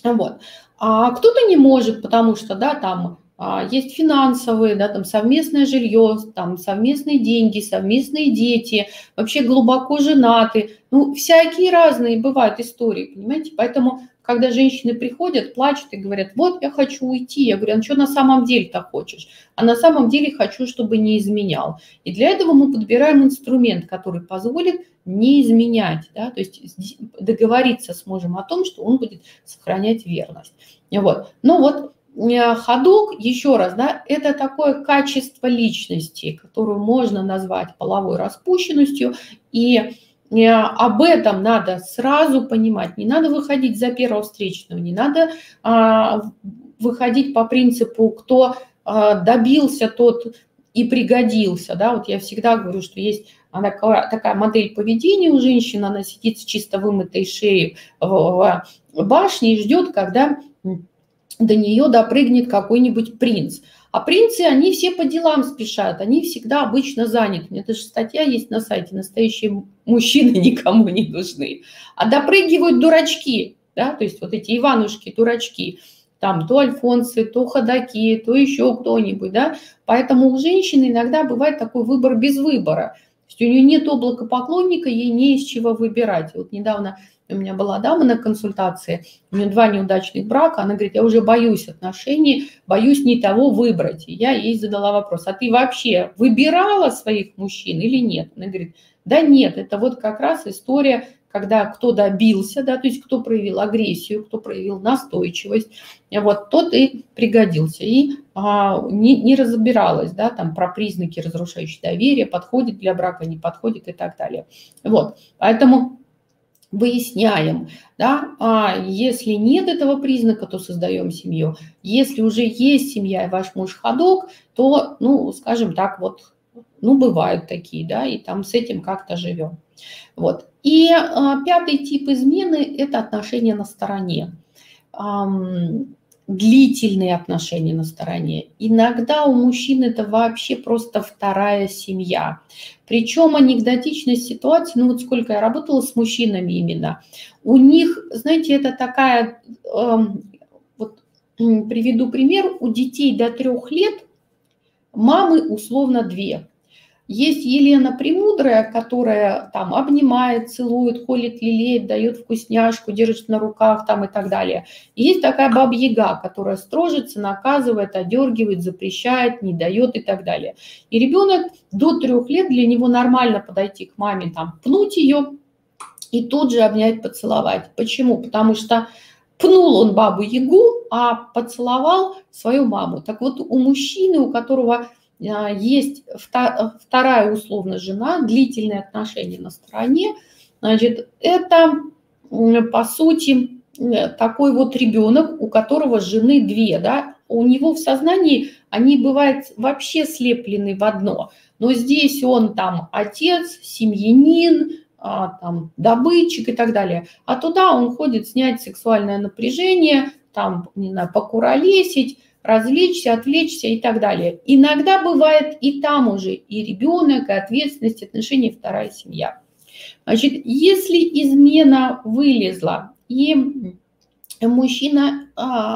Вот. А кто-то не может, потому что, да, там есть финансовые, да, там совместное жилье, там совместные деньги, совместные дети, вообще глубоко женаты. Ну, всякие разные бывают истории, понимаете? Поэтому, когда женщины приходят, плачут и говорят, вот я хочу уйти, я говорю, а что на самом деле-то хочешь? А на самом деле хочу, чтобы не изменял. И для этого мы подбираем инструмент, который позволит не изменять, да, то есть договориться сможем о том, что он будет сохранять верность. Вот. Но вот ходок, еще раз, да, это такое качество личности, которую можно назвать половой распущенностью, и об этом надо сразу понимать, не надо выходить за первого встречного, не надо выходить по принципу, кто добился, тот и пригодился, да, вот я всегда говорю, что есть такая модель поведения у женщин, она сидит с чисто вымытой шеей в башне и ждет, когда до нее допрыгнет какой-нибудь принц. А принцы, они все по делам спешат, они всегда обычно заняты. У меня даже статья есть на сайте, настоящие мужчины никому не нужны. А допрыгивают дурачки, да, то есть вот эти Иванушки-дурачки, там то альфонсы, то ходаки, то еще кто-нибудь, да. Поэтому у женщины иногда бывает такой выбор без выбора. То есть у нее нет облака поклонника, ей не из чего выбирать. Вот недавно у меня была дама на консультации, у нее 2 неудачных брака, она говорит, я уже боюсь отношений, боюсь не того выбрать. И я ей задала вопрос, а ты вообще выбирала своих мужчин или нет? Она говорит, да нет, это вот как раз история, когда кто добился, да, то есть кто проявил агрессию, кто проявил настойчивость, вот тот и пригодился. И не разбиралась, да, там про признаки разрушающие доверие, подходит для брака, не подходит и так далее. Вот, поэтому выясняем, да, если нет этого признака, то создаем семью. Если уже есть семья и ваш муж ходок, то, ну, скажем так, вот, ну, бывают такие, да, и там с этим как-то живем. Вот. И 5-й тип измены – это отношения на стороне. Длительные отношения на стороне. Иногда у мужчин это вообще просто вторая семья. Причем анекдотичность ситуации, ну вот сколько я работала с мужчинами именно, у них, знаете, это такая, вот приведу пример, у детей до 3 лет мамы условно 2. Есть Елена Премудрая, которая там обнимает, целует, холит, лелеет, дает вкусняшку, держит на руках там и так далее. И есть такая Баба-Яга, которая строжится, наказывает, одергивает, запрещает, не дает и так далее. И ребенок до 3 лет, для него нормально подойти к маме, там, пнуть ее и тут же обнять, поцеловать. Почему? Потому что пнул он Бабу-Ягу, а поцеловал свою маму. Так вот, у мужчины, у которого есть вторая условно жена, длительные отношения на стороне, значит, это, по сути, такой вот ребенок, у которого жены 2, да, у него в сознании они бывают вообще слеплены в одно, но здесь он там отец, семьянин, там, добытчик и так далее, а туда он ходит снять сексуальное напряжение, там, не знаю, покуролесить, развлечься, отвлечься и так далее. Иногда бывает и там уже и ребенок, и ответственность, отношения, вторая семья. Значит, если измена вылезла, и мужчина,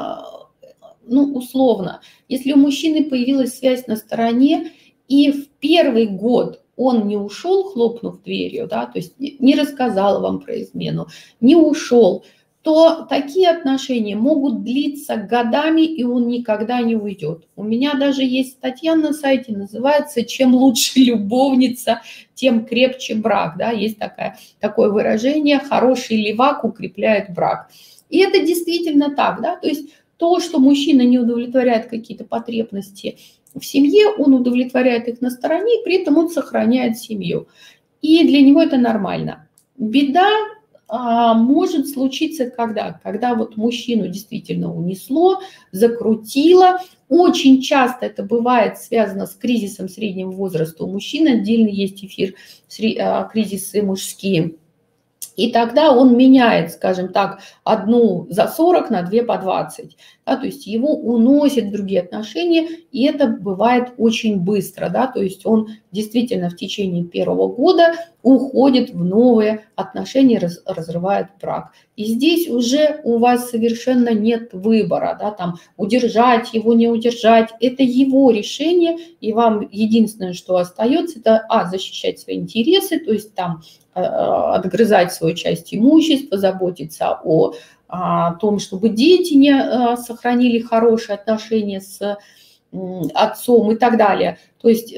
ну, условно, если у мужчины появилась связь на стороне, и в первый год он не ушел, хлопнув дверью, да, то есть не рассказал вам про измену, не ушел, то такие отношения могут длиться годами, и он никогда не уйдет. У меня даже есть статья на сайте, называется «Чем лучше любовница, тем крепче брак». Да? Есть такое выражение «хороший левак укрепляет брак». И это действительно так. Да? То есть то, что мужчина не удовлетворяет какие-то потребности в семье, он удовлетворяет их на стороне, и при этом он сохраняет семью. И для него это нормально. Беда может случиться когда вот мужчину действительно унесло, закрутило. Очень часто это бывает связано с кризисом среднего возраста у мужчин. Отдельно есть эфир «Кризисы мужские». И тогда он меняет, скажем так, одну за 40 на 2 по 20. Да, то есть его уносят в другие отношения, и это бывает очень быстро. Да, то есть он действительно в течение первого года уходит в новые отношения, разрывает брак. И здесь уже у вас совершенно нет выбора, да, там удержать его, не удержать. Это его решение, и вам единственное, что остается, это защищать свои интересы, то есть там отгрызать свою часть имущества, заботиться о том, чтобы дети не сохранили хорошие отношения с отцом и так далее. То есть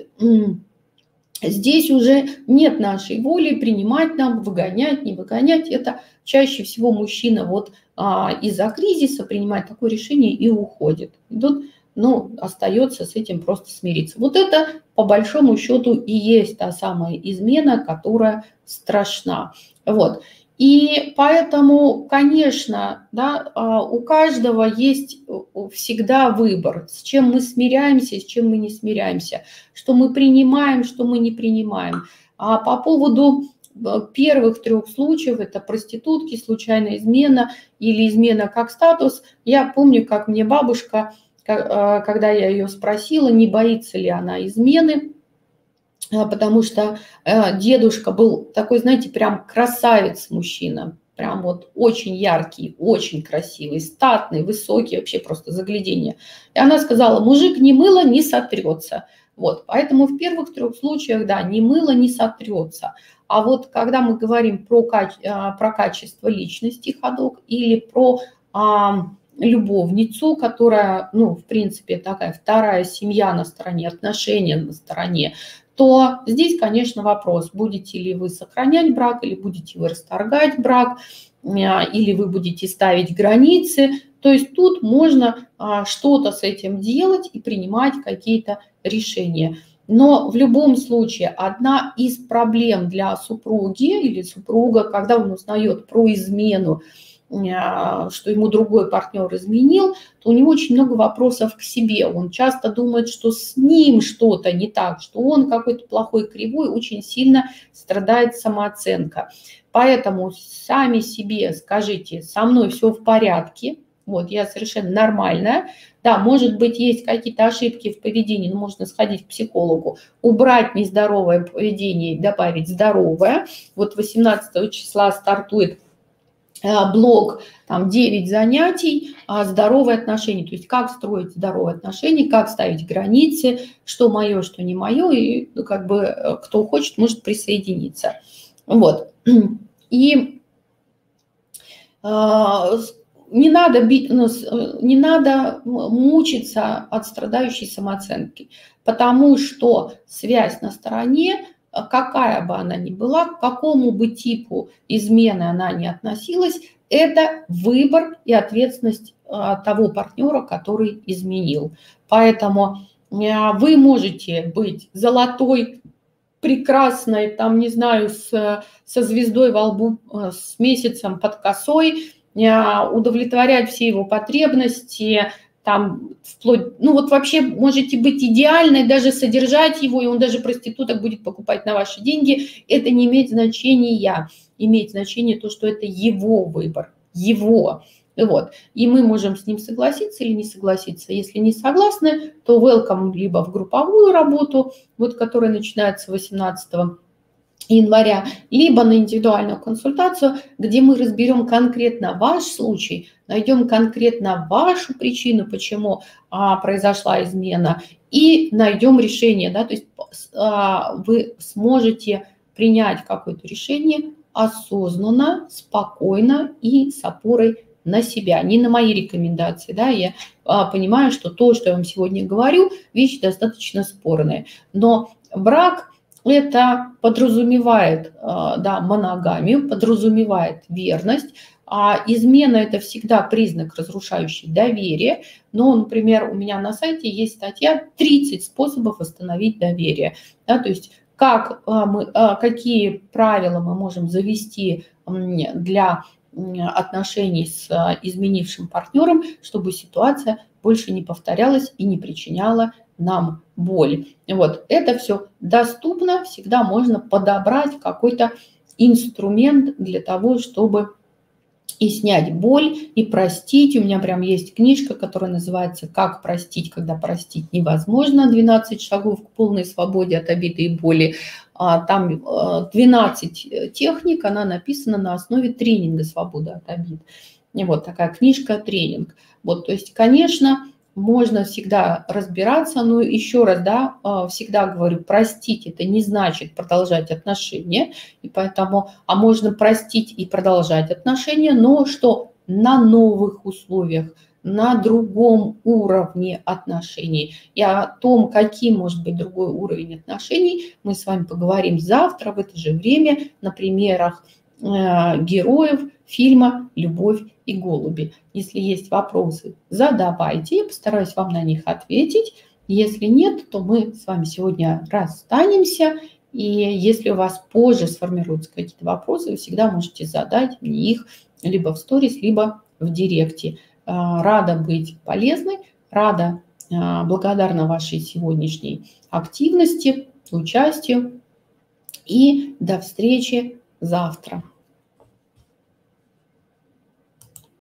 здесь уже нет нашей воли принимать нам, выгонять, не выгонять. Это чаще всего мужчина вот из-за кризиса принимает такое решение и уходит. И тут, остается с этим просто смириться. Вот это по большому счету и есть та самая измена, которая страшна. Вот. И поэтому, конечно, да, у каждого есть всегда выбор, с чем мы смиряемся, с чем мы не смиряемся, что мы принимаем, что мы не принимаем. А по поводу первых 3 случаев, это проститутки, случайная измена или измена как статус, я помню, как мне бабушка, когда я ее спросила, не боится ли она измены, потому что дедушка был такой, знаете, прям красавец-мужчина, прям вот очень яркий, очень красивый, статный, высокий, вообще просто загляденье. И она сказала, мужик не мыло, не сотрется. Вот, поэтому в первых 3 случаях, да, не мыло, не сотрется. А вот когда мы говорим про качество личности ходок или про любовницу, которая, в принципе, такая вторая семья на стороне, отношения на стороне, то здесь, конечно, вопрос, будете ли вы сохранять брак, или будете вы расторгать брак, или вы будете ставить границы. То есть тут можно что-то с этим делать и принимать какие-то решения. Но в любом случае одна из проблем для супруги или супруга, когда он узнает про измену, что ему другой партнер изменил, то у него очень много вопросов к себе. Он часто думает, что с ним что-то не так, что он какой-то плохой, кривой, очень сильно страдает самооценка. Поэтому сами себе скажите, со мной все в порядке, вот, я совершенно нормальная. Да, может быть, есть какие-то ошибки в поведении, но можно сходить к психологу, убрать нездоровое поведение и добавить здоровое. Вот 18 числа стартует блог, там 9 занятий, здоровые отношения, то есть как строить здоровые отношения, как ставить границы, что мое, что не мое, и как бы кто хочет, может присоединиться. Вот. И не надо мучиться от страдающей самооценки, потому что связь на стороне, какая бы она ни была, к какому бы типу измены она ни относилась, это выбор и ответственность того партнера, который изменил. Поэтому вы можете быть золотой, прекрасной, там, не знаю, со звездой во лбу, с месяцем под косой, удовлетворять все его потребности, там, вплоть, вот вообще можете быть идеальной, даже содержать его, и он даже проституток будет покупать на ваши деньги, это не имеет значения, имеет значение то, что это его выбор, его. Вот. И мы можем с ним согласиться или не согласиться. Если не согласны, то welcome либо в групповую работу, вот, которая начинается 18 января, либо на индивидуальную консультацию, где мы разберем конкретно ваш случай, найдем конкретно вашу причину, почему произошла измена, и найдем решение. Да, то есть вы сможете принять какое-то решение осознанно, спокойно и с опорой на себя, не на мои рекомендации. Да, я понимаю, что то, что я вам сегодня говорю, вещи достаточно спорные. Но брак это подразумевает моногамию, подразумевает верность. А измена – это всегда признак, разрушающий доверие. Но, например, у меня на сайте есть статья «30 способов восстановить доверие». Да, то есть какие правила мы можем завести для отношений с изменившим партнером, чтобы ситуация больше не повторялась и не причиняла нам боль. Вот это все доступно, всегда можно подобрать какой-то инструмент для того, чтобы и снять боль, и простить. У меня прям есть книжка, которая называется «Как простить, когда простить невозможно. 12 шагов к полной свободе от обиды и боли». там 12 техник, она написана на основе тренинга «Свобода от обид». И вот такая книжка-тренинг. Вот, то есть, конечно, можно всегда разбираться, но еще раз, да, всегда говорю, простить это не значит продолжать отношения, и поэтому, можно простить и продолжать отношения, но что на новых условиях, на другом уровне отношений. И о том, каким может быть другой уровень отношений, мы с вами поговорим завтра в это же время на примерах героев фильма «Любовь и голуби». Если есть вопросы, задавайте, я постараюсь вам на них ответить. Если нет, то мы с вами сегодня расстанемся. И если у вас позже сформируются какие-то вопросы, вы всегда можете задать мне их либо в сторис, либо в директе. Рада быть полезной, благодарна вашей сегодняшней активности, участию. И до встречи завтра.